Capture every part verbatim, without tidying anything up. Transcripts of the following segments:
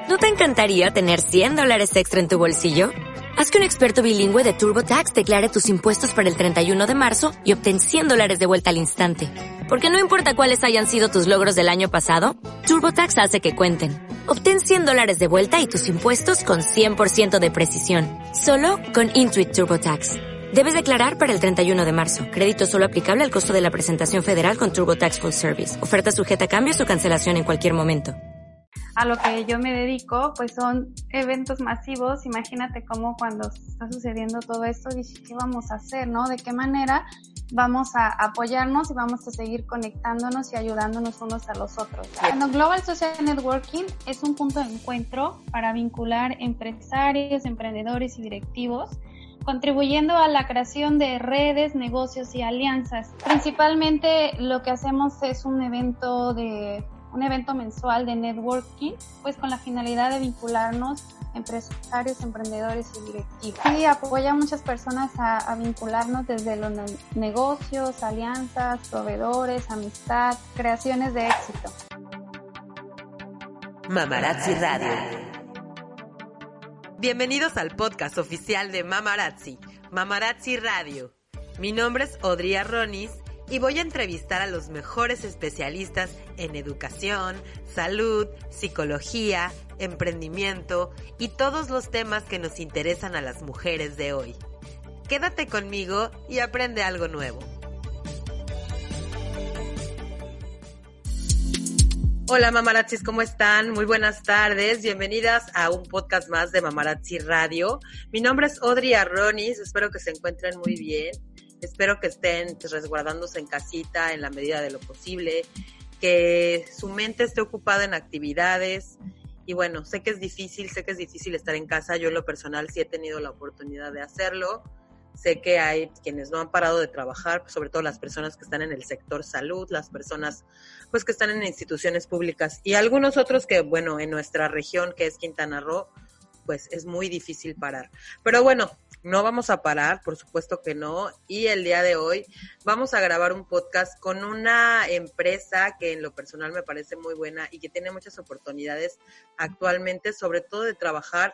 ¿No te encantaría tener cien dólares extra en tu bolsillo? Haz que un experto bilingüe de TurboTax declare tus impuestos para el treinta y uno de marzo y obtén cien dólares de vuelta al instante. Porque no importa cuáles hayan sido tus logros del año pasado, TurboTax hace que cuenten. Obtén cien dólares de vuelta y tus impuestos con cien por ciento de precisión. Solo con Intuit TurboTax. Debes declarar para el treinta y uno de marzo. Crédito solo aplicable al costo de la presentación federal con TurboTax Full Service. Oferta sujeta a cambios o cancelación en cualquier momento. A lo que yo me dedico, pues son eventos masivos. Imagínate cómo cuando está sucediendo todo esto, dices, ¿qué vamos a hacer, no? ¿De qué manera vamos a apoyarnos y vamos a seguir conectándonos y ayudándonos unos a los otros? Bueno, Global Social Networking es un punto de encuentro para vincular empresarios, emprendedores y directivos, contribuyendo a la creación de redes, negocios y alianzas. Principalmente lo que hacemos es un evento de un evento mensual de networking, pues con la finalidad de vincularnos empresarios, emprendedores y directivos. Y apoya a muchas personas a, a vincularnos desde los ne- negocios, alianzas, proveedores, amistad, creaciones de éxito. Mamarazzi Radio. Bienvenidos al podcast oficial de Mamarazzi, Mamarazzi Radio. Mi nombre es Audrey Arronis y voy a entrevistar a los mejores especialistas en educación, salud, psicología, emprendimiento y todos los temas que nos interesan a las mujeres de hoy. Quédate conmigo y aprende algo nuevo. Hola mamarazzis, ¿cómo están? Muy buenas tardes, bienvenidas a un podcast más de Mamarazzi Radio. Mi nombre es Audrey Arronis, espero que se encuentren muy bien. Espero que estén pues, resguardándose en casita en la medida de lo posible, que su mente esté ocupada en actividades. Y bueno, sé que es difícil, sé que es difícil estar en casa. Yo en lo personal sí he tenido la oportunidad de hacerlo. Sé que hay quienes no han parado de trabajar, sobre todo las personas que están en el sector salud, las personas pues que están en instituciones públicas y algunos otros que, bueno, en nuestra región que es Quintana Roo, pues es muy difícil parar. Pero bueno, no vamos a parar, por supuesto que no, y el día de hoy vamos a grabar un podcast con una empresa que en lo personal me parece muy buena y que tiene muchas oportunidades actualmente, sobre todo de trabajar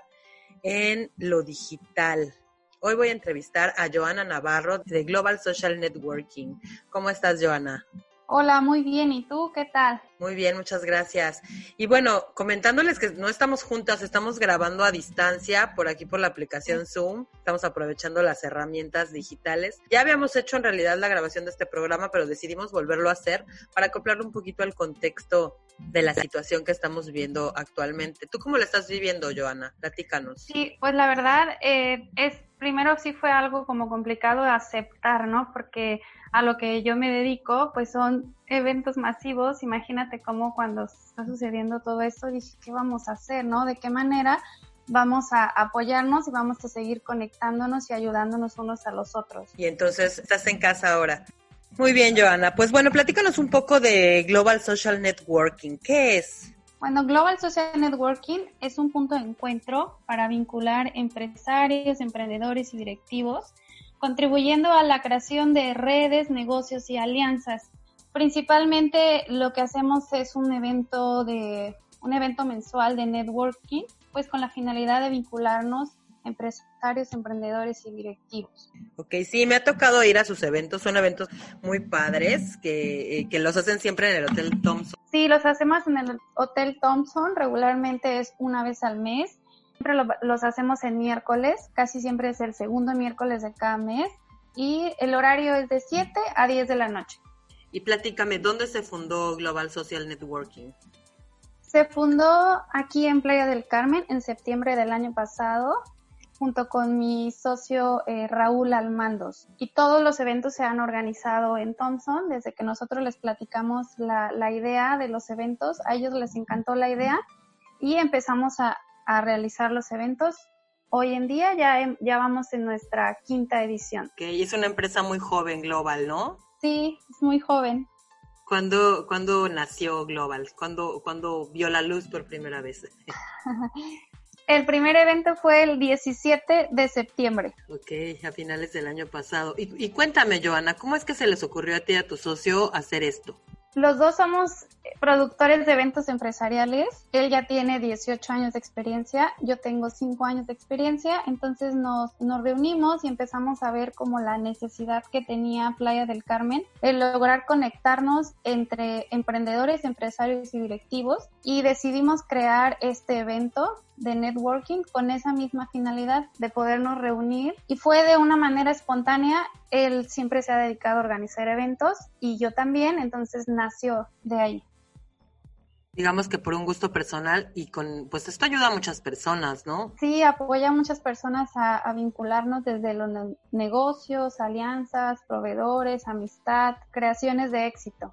en lo digital. Hoy voy a entrevistar a Joana Navarro de Global Social Networking. ¿Cómo estás, Joana? Hola, muy bien. ¿Y tú qué tal? Muy bien, muchas gracias. Y bueno, comentándoles que no estamos juntas, estamos grabando a distancia por aquí por la aplicación Zoom. Estamos aprovechando las herramientas digitales. Ya habíamos hecho en realidad la grabación de este programa, pero decidimos volverlo a hacer para acoplarlo un poquito al contexto de la situación que estamos viviendo actualmente. ¿Tú cómo la estás viviendo, Joana? Platícanos. Sí, pues la verdad eh, es primero sí fue algo como complicado de aceptar, ¿no? Porque a lo que yo me dedico, pues son eventos masivos. Imagínate cómo cuando está sucediendo todo esto, dije, ¿qué vamos a hacer, no? ¿De qué manera vamos a apoyarnos y vamos a seguir conectándonos y ayudándonos unos a los otros? Y entonces, ¿estás en casa ahora? Muy bien, Joana. Pues bueno, platícanos un poco de Global Social Networking. ¿Qué es? Bueno, Global Social Networking es un punto de encuentro para vincular empresarios, emprendedores y directivos, contribuyendo a la creación de redes, negocios y alianzas. Principalmente lo que hacemos es un evento de un evento mensual de networking, pues con la finalidad de vincularnos empresarios, emprendedores y directivos. Ok, sí, me ha tocado ir a sus eventos, son eventos muy padres que, eh, que los hacen siempre en el Hotel Thompson. Sí, los hacemos en el Hotel Thompson, regularmente es una vez al mes, siempre lo, los hacemos en miércoles, casi siempre es el segundo miércoles de cada mes y el horario es de siete a diez de la noche. Y platícame, ¿dónde se fundó Global Social Networking? Se fundó aquí en Playa del Carmen en septiembre del año pasado, junto con mi socio eh, Raúl Almandos. Y todos los eventos se han organizado en Thompson. Desde que nosotros les platicamos la, la idea de los eventos, a ellos les encantó la idea y empezamos a, a realizar los eventos. Hoy en día ya, ya vamos en nuestra quinta edición. Ok, es una empresa muy joven, Global, ¿no? Sí, es muy joven. ¿Cuándo, ¿cuándo nació Global? ¿Cuándo, ¿Cuándo vio la luz por primera vez? El primer evento fue el diecisiete de septiembre. Ok, a finales del año pasado. Y, y cuéntame, Joana, ¿cómo es que se les ocurrió a ti y a tu socio hacer esto? Los dos somos productores de eventos empresariales. Él ya tiene dieciocho años de experiencia, yo tengo cinco años de experiencia, entonces nos, nos reunimos y empezamos a ver como la necesidad que tenía Playa del Carmen, el lograr conectarnos entre emprendedores, empresarios y directivos, y decidimos crear este evento de networking con esa misma finalidad de podernos reunir, y fue de una manera espontánea. Él siempre se ha dedicado a organizar eventos y yo también, entonces nació de ahí. Digamos que por un gusto personal y con, pues esto ayuda a muchas personas, ¿no? Sí, apoya a muchas personas a, a vincularnos desde los ne- negocios, alianzas, proveedores, amistad, creaciones de éxito.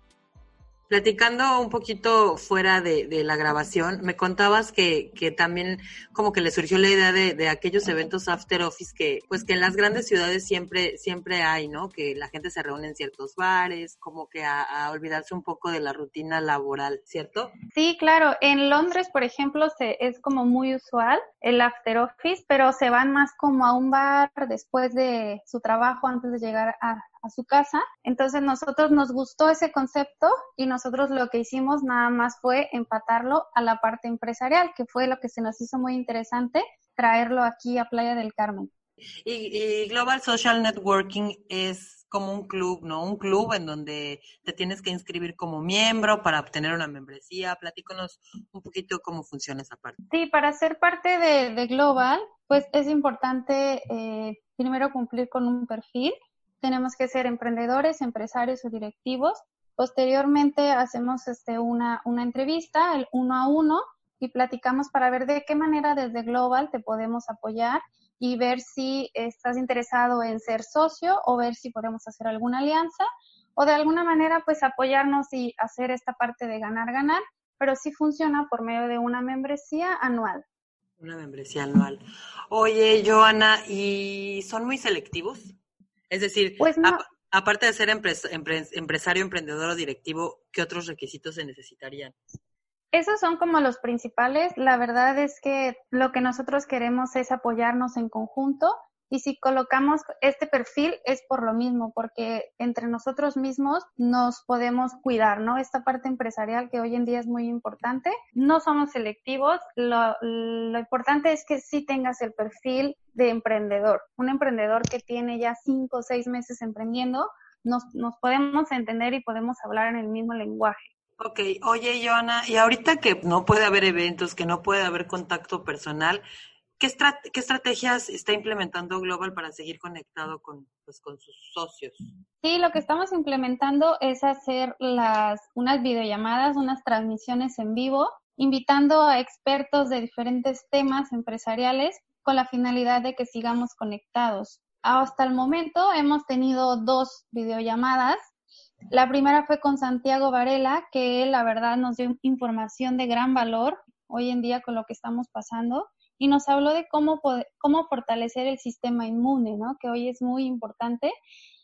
Platicando un poquito fuera de, de la grabación, me contabas que, que también como que le surgió la idea de, de aquellos eventos after office que, pues que en las grandes ciudades siempre, siempre hay, ¿no? Que la gente se reúne en ciertos bares, como que a, a olvidarse un poco de la rutina laboral, ¿cierto? Sí, claro. En Londres, por ejemplo, se, es como muy usual el after office, pero se van más como a un bar después de su trabajo, antes de llegar a, a su casa. Entonces nosotros nos gustó ese concepto y nosotros lo que hicimos nada más fue empatarlo a la parte empresarial, que fue lo que se nos hizo muy interesante, traerlo aquí a Playa del Carmen. Y, y Global Social Networking es como un club, ¿no? Un club en donde te tienes que inscribir como miembro para obtener una membresía. Platícanos un poquito cómo funciona esa parte. Sí, para ser parte de, de Global, pues es importante eh, primero cumplir con un perfil. Tenemos que ser emprendedores, empresarios o directivos. Posteriormente hacemos este, una, una entrevista, el uno a uno, y platicamos para ver de qué manera desde Global te podemos apoyar y ver si estás interesado en ser socio o ver si podemos hacer alguna alianza o de alguna manera pues apoyarnos y hacer esta parte de ganar-ganar, pero sí funciona por medio de una membresía anual. Una membresía anual. Oye, Joana, ¿y son muy selectivos? Es decir, Pues no, ap- aparte de ser empres- empre- empresario, emprendedor o directivo, ¿qué otros requisitos se necesitarían? esos son como los principales. La verdad es que lo que nosotros queremos es apoyarnos en conjunto, y si colocamos este perfil es por lo mismo, porque entre nosotros mismos nos podemos cuidar, ¿no? Esta parte empresarial que hoy en día es muy importante. No somos selectivos, lo, lo importante es que sí tengas el perfil de emprendedor, un emprendedor que tiene ya cinco o seis meses emprendiendo. Nos, nos podemos entender y podemos hablar en el mismo lenguaje. Ok, oye, Joana, y ahorita que no puede haber eventos, que no puede haber contacto personal, ¿qué, estrat- qué estrategias está implementando Global para seguir conectado con, pues, con sus socios? Sí, lo que estamos implementando es hacer las, unas videollamadas, unas transmisiones en vivo, invitando a expertos de diferentes temas empresariales con la finalidad de que sigamos conectados. Hasta el momento hemos tenido dos videollamadas. La primera fue con Santiago Varela, que él, la verdad, nos dio información de gran valor hoy en día con lo que estamos pasando, y nos habló de cómo, poder, cómo fortalecer el sistema inmune, ¿no? Que hoy es muy importante,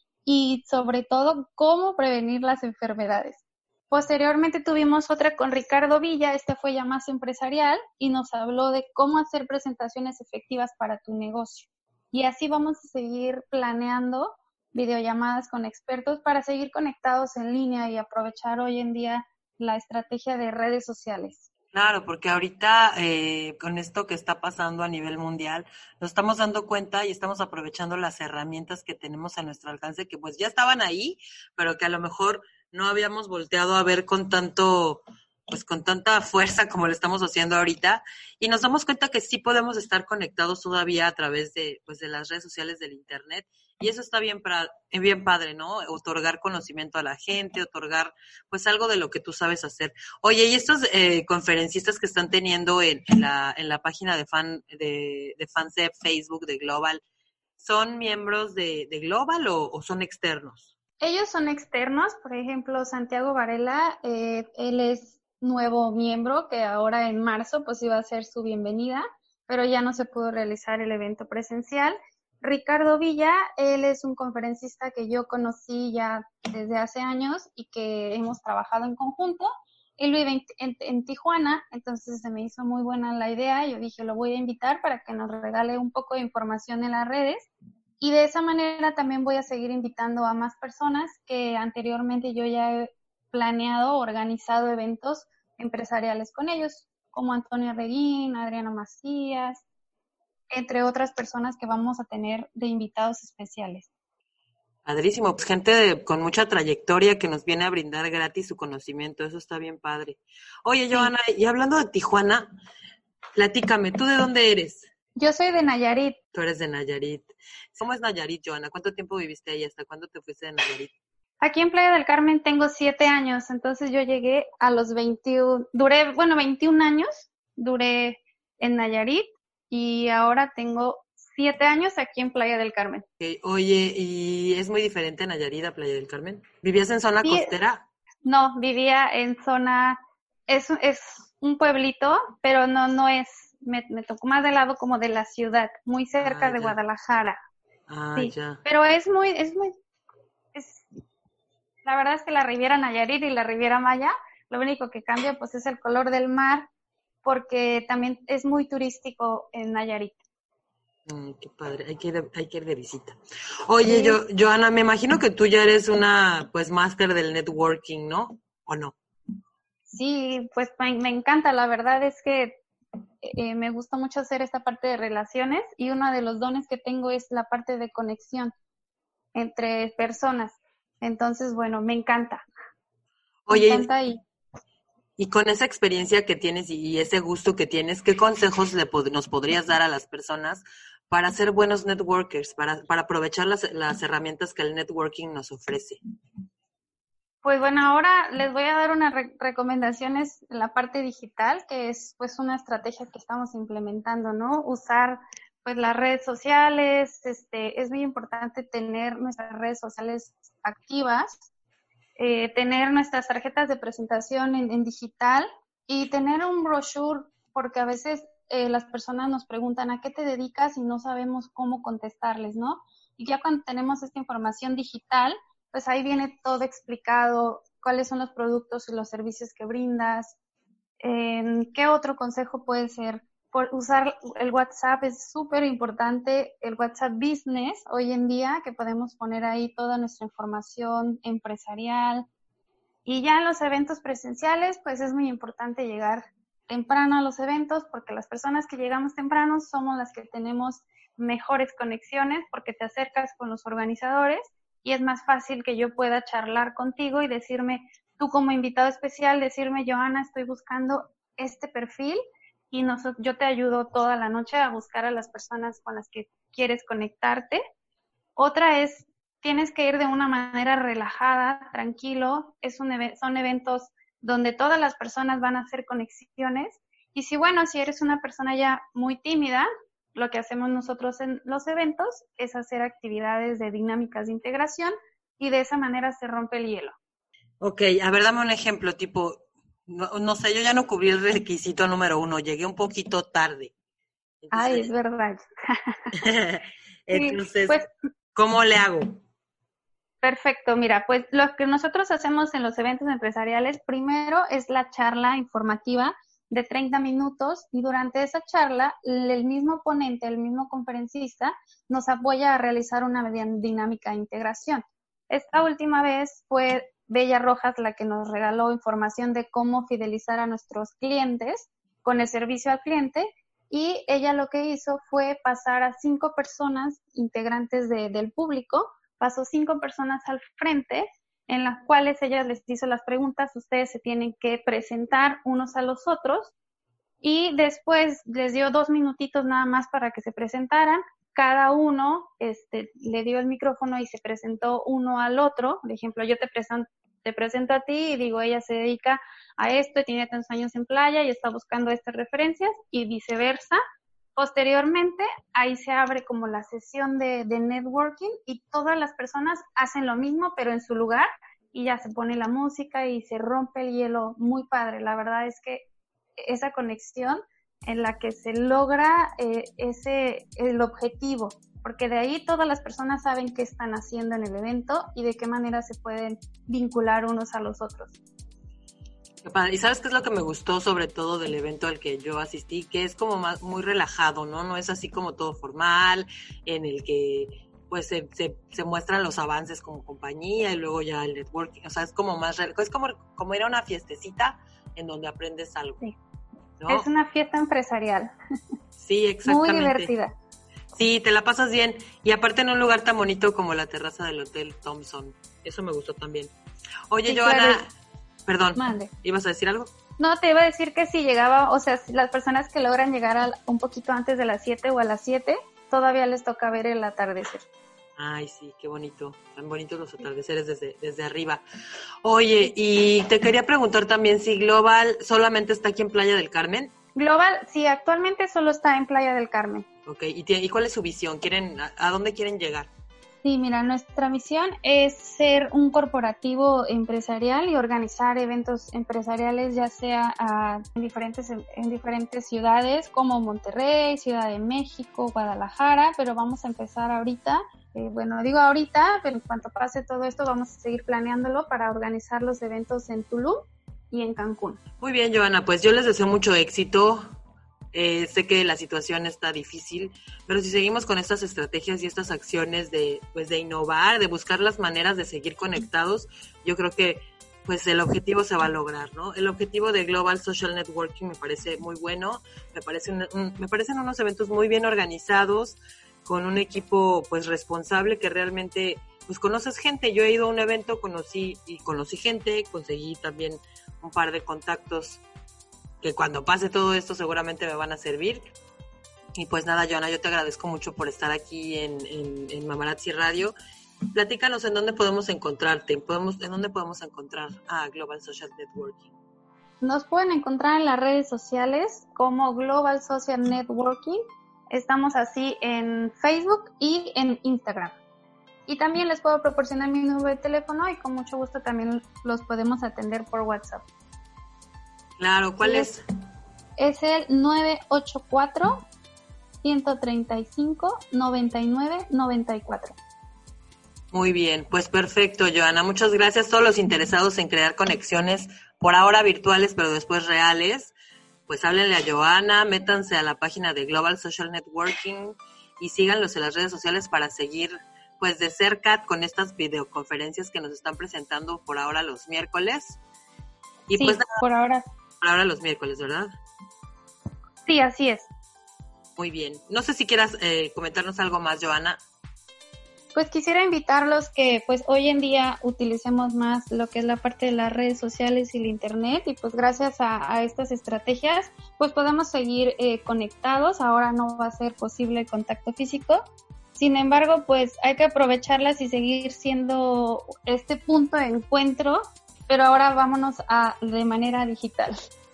y sobre todo cómo prevenir las enfermedades. Posteriormente tuvimos otra con Ricardo Villa, este fue ya más empresarial, y nos habló de cómo hacer presentaciones efectivas para tu negocio. Y así vamos a seguir planeando videollamadas con expertos para seguir conectados en línea y aprovechar hoy en día la estrategia de redes sociales. Claro, porque ahorita eh, con esto que está pasando a nivel mundial, nos estamos dando cuenta y estamos aprovechando las herramientas que tenemos a nuestro alcance, que pues ya estaban ahí, pero que a lo mejor no habíamos volteado a ver con tanto, pues con tanta fuerza como lo estamos haciendo ahorita, y nos damos cuenta que sí podemos estar conectados todavía a través de, pues, de las redes sociales, del internet, y eso está bien, pra, bien padre, ¿no? Otorgar conocimiento a la gente, otorgar pues algo de lo que tú sabes hacer. Oye, y estos eh, conferencistas que están teniendo en, en, la, en la página de fan de, de fans de Facebook de Global, ¿son miembros de, de Global o, o son externos? Ellos son externos, por ejemplo, Santiago Varela, eh, él es nuevo miembro que ahora en marzo pues iba a ser su bienvenida, pero ya no se pudo realizar el evento presencial. Ricardo Villa, él es un conferencista que yo conocí ya desde hace años y que hemos trabajado en conjunto. Él vive en, en, en Tijuana, entonces se me hizo muy buena la idea. Yo dije, lo voy a invitar para que nos regale un poco de información en las redes. Y de esa manera también voy a seguir invitando a más personas que anteriormente yo ya he planeado, organizado eventos empresariales con ellos, como Antonio Reguín, Adriana Macías, entre otras personas que vamos a tener de invitados especiales. Padrísimo, pues gente de, con mucha trayectoria que nos viene a brindar gratis su conocimiento, eso está bien padre. Oye, Johanna, sí. Y hablando de Tijuana, platícame, ¿tú de dónde eres? Yo soy de Nayarit. Tú eres de Nayarit. ¿Cómo es Nayarit, Johanna? ¿Cuánto tiempo viviste ahí? ¿Hasta cuándo te fuiste de Nayarit? Aquí en Playa del Carmen tengo siete años, entonces yo llegué a los veintiuno, duré, bueno, veintiún años, duré en Nayarit y ahora tengo siete años aquí en Playa del Carmen. Okay. Oye, ¿y es muy diferente Nayarit a Playa del Carmen? ¿Vivías en zona sí, costera? No, vivía en zona, es, es un pueblito, pero no, no es, me, me tocó más del lado como de la ciudad, muy cerca ah, de Guadalajara. Ah, sí, ya. Pero es muy, es muy, es, la verdad es que la Riviera Nayarit y la Riviera Maya, lo único que cambia pues es el color del mar, porque también es muy turístico en Nayarit. Mm, qué padre, hay que, ir de, hay que ir de visita. Oye, sí. yo, Johanna, me imagino que tú ya eres una, pues, máster del networking, ¿no? ¿O no? Sí, pues me, me encanta, la verdad es que eh, me gusta mucho hacer esta parte de relaciones y uno de los dones que tengo es la parte de conexión entre personas. Entonces, bueno, me encanta. Oye, me encanta y... y con esa experiencia que tienes y ese gusto que tienes, ¿qué consejos le pod- nos podrías dar a las personas para ser buenos networkers, para, para aprovechar las, las herramientas que el networking nos ofrece? Pues bueno, ahora les voy a dar unas re- recomendaciones en la parte digital, que es pues una estrategia que estamos implementando, ¿no? Usar pues las redes sociales, este, es muy importante tener nuestras redes sociales activas, eh, tener nuestras tarjetas de presentación en, en digital y tener un brochure, porque a veces eh, las personas nos preguntan ¿a qué te dedicas? Y no sabemos cómo contestarles, ¿no? Y ya cuando tenemos esta información digital, pues ahí viene todo explicado, cuáles son los productos y los servicios que brindas. Eh, ¿Qué otro consejo puede ser? Por usar el WhatsApp es súper importante, el WhatsApp Business hoy en día, que podemos poner ahí toda nuestra información empresarial. Y ya en los eventos presenciales, pues es muy importante llegar temprano a los eventos, porque las personas que llegamos temprano somos las que tenemos mejores conexiones, porque te acercas con los organizadores y es más fácil que yo pueda charlar contigo y decirme, tú como invitado especial, decirme, Johanna, estoy buscando este perfil y nosotros, yo te ayudo toda la noche a buscar a las personas con las que quieres conectarte. Otra es, tienes que ir de una manera relajada, tranquilo, es un eve- son eventos donde todas las personas van a hacer conexiones y si bueno, si eres una persona ya muy tímida, lo que hacemos nosotros en los eventos es hacer actividades de dinámicas de integración y de esa manera se rompe el hielo. Ok, a ver, dame un ejemplo, tipo, no, no sé, yo ya no cubrí el requisito número uno, llegué un poquito tarde. Entonces, ay, es verdad. Entonces, sí, pues, ¿cómo le hago? Perfecto, mira, pues lo que nosotros hacemos en los eventos empresariales, primero es la charla informativa de treinta minutos y durante esa charla el mismo ponente, el mismo conferencista nos apoya a realizar una dinámica de integración. Esta última vez fue Bella Rojas la que nos regaló información de cómo fidelizar a nuestros clientes con el servicio al cliente y ella lo que hizo fue pasar a cinco personas integrantes de, del público, pasó cinco personas al frente en las cuales ella les hizo las preguntas, ustedes se tienen que presentar unos a los otros y después les dio dos minutitos nada más para que se presentaran, cada uno este, le dio el micrófono y se presentó uno al otro, por ejemplo yo te presento, te presento a ti y digo ella se dedica a esto, tiene tantos años en playa y está buscando estas referencias y viceversa. Posteriormente, ahí se abre como la sesión de, de networking y todas las personas hacen lo mismo, pero en su lugar, y ya se pone la música y se rompe el hielo muy padre. La verdad es que esa conexión en la que se logra eh, ese el objetivo, porque de ahí todas las personas saben qué están haciendo en el evento y de qué manera se pueden vincular unos a los otros. ¿Y sabes qué es lo que me gustó sobre todo del evento al que yo asistí? Que es como más muy relajado, ¿no? No es así como todo formal, en el que pues se, se, se muestran los avances como compañía y luego ya el networking, o sea, es como más, es como, como ir a una fiestecita en donde aprendes algo. Sí. ¿No? Es una fiesta empresarial. Sí, exactamente. Muy divertida. Sí, te la pasas bien. Y aparte en un lugar tan bonito como la terraza del Hotel Thompson. Eso me gustó también. Oye, sí, Joana, claro. Perdón, Mande. ¿Ibas a decir algo? No, te iba a decir que si llegaba, o sea, si las personas que logran llegar a, un poquito antes de las siete o a las siete, todavía les toca ver el atardecer. Ay, sí, qué bonito. Tan bonitos los atardeceres desde, desde arriba. Oye, y te quería preguntar también si Global solamente está aquí en Playa del Carmen. Global, sí, actualmente solo está en Playa del Carmen. Ok, ¿y, t- y cuál es su visión? ¿Quieren, a, a dónde quieren llegar? Sí, mira, nuestra misión es ser un corporativo empresarial y organizar eventos empresariales, ya sea uh, en diferentes en diferentes ciudades como Monterrey, Ciudad de México, Guadalajara, pero vamos a empezar ahorita, eh, bueno, digo ahorita, pero en cuanto pase todo esto vamos a seguir planeándolo para organizar los eventos en Tulum y en Cancún. Muy bien, Joana, pues yo les deseo mucho éxito. Eh, sé que la situación está difícil, pero si seguimos con estas estrategias y estas acciones de, pues, de innovar, de buscar las maneras de seguir conectados, yo creo que pues el objetivo se va a lograr, ¿no? El objetivo de Global Social Networking me parece muy bueno, me parece un, un, me parecen unos eventos muy bien organizados, con un equipo pues responsable que realmente pues conoces gente. Yo he ido a un evento, conocí y conocí gente, conseguí también un par de contactos que cuando pase todo esto seguramente me van a servir. Y pues nada, Joana, yo te agradezco mucho por estar aquí en, en, en Mamarazzi Radio. Platícanos en dónde podemos encontrarte, podemos, en dónde podemos encontrar a Global Social Networking. Nos pueden encontrar en las redes sociales como Global Social Networking. Estamos así en Facebook y en Instagram. Y también les puedo proporcionar mi número de teléfono y con mucho gusto también los podemos atender por WhatsApp. Claro, ¿cuál sí, es? Es el nueve ocho cuatro, uno tres cinco, nueve nueve nueve cuatro. Muy bien, pues perfecto, Joana. Muchas gracias a todos los interesados en crear conexiones, por ahora virtuales, pero después reales. Pues háblenle a Joana, métanse a la página de Global Social Networking y síganlos en las redes sociales para seguir pues de cerca con estas videoconferencias que nos están presentando por ahora los miércoles. Y sí, pues por ahora. Por ahora los miércoles, ¿verdad? Sí, así es. Muy bien. No sé si quieras eh, comentarnos algo más, Joana. Pues quisiera invitarlos que pues hoy en día utilicemos más lo que es la parte de las redes sociales y el internet y pues gracias a, a estas estrategias pues podemos seguir eh, conectados. Ahora no va a ser posible el contacto físico. Sin embargo, pues hay que aprovecharlas y seguir siendo este punto de encuentro, pero ahora vámonos a de manera digital.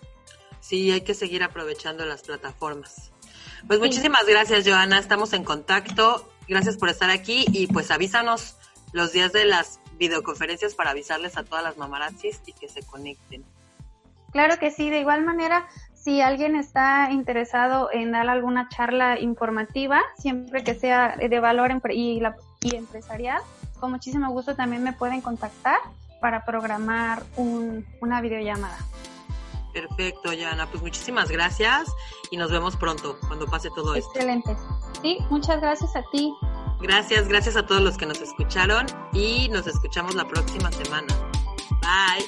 Sí, hay que seguir aprovechando las plataformas. Pues sí. Muchísimas gracias, Joana. Estamos en contacto. Gracias por estar aquí y pues avísanos los días de las videoconferencias para avisarles a todas las mamarazzis y que se conecten. Claro que sí. De igual manera, si alguien está interesado en dar alguna charla informativa, siempre que sea de valor empre- y, la, y empresarial, con muchísimo gusto también me pueden contactar para programar un, una videollamada. Perfecto, Joana. Pues muchísimas gracias y nos vemos pronto cuando pase todo esto. Excelente. Sí, muchas gracias a ti. Gracias, gracias a todos los que nos escucharon y nos escuchamos la próxima semana. Bye.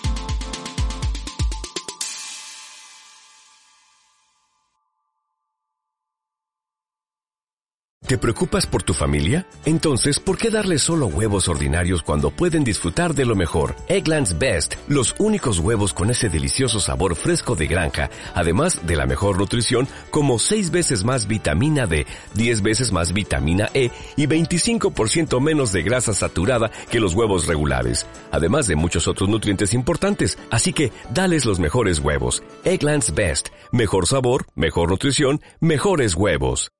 ¿Te preocupas por tu familia? Entonces, ¿por qué darles solo huevos ordinarios cuando pueden disfrutar de lo mejor? Eggland's Best, los únicos huevos con ese delicioso sabor fresco de granja, además de la mejor nutrición, como seis veces más vitamina D, diez veces más vitamina E y veinticinco por ciento menos de grasa saturada que los huevos regulares, además de muchos otros nutrientes importantes. Así que, dales los mejores huevos. Eggland's Best, mejor sabor, mejor nutrición, mejores huevos.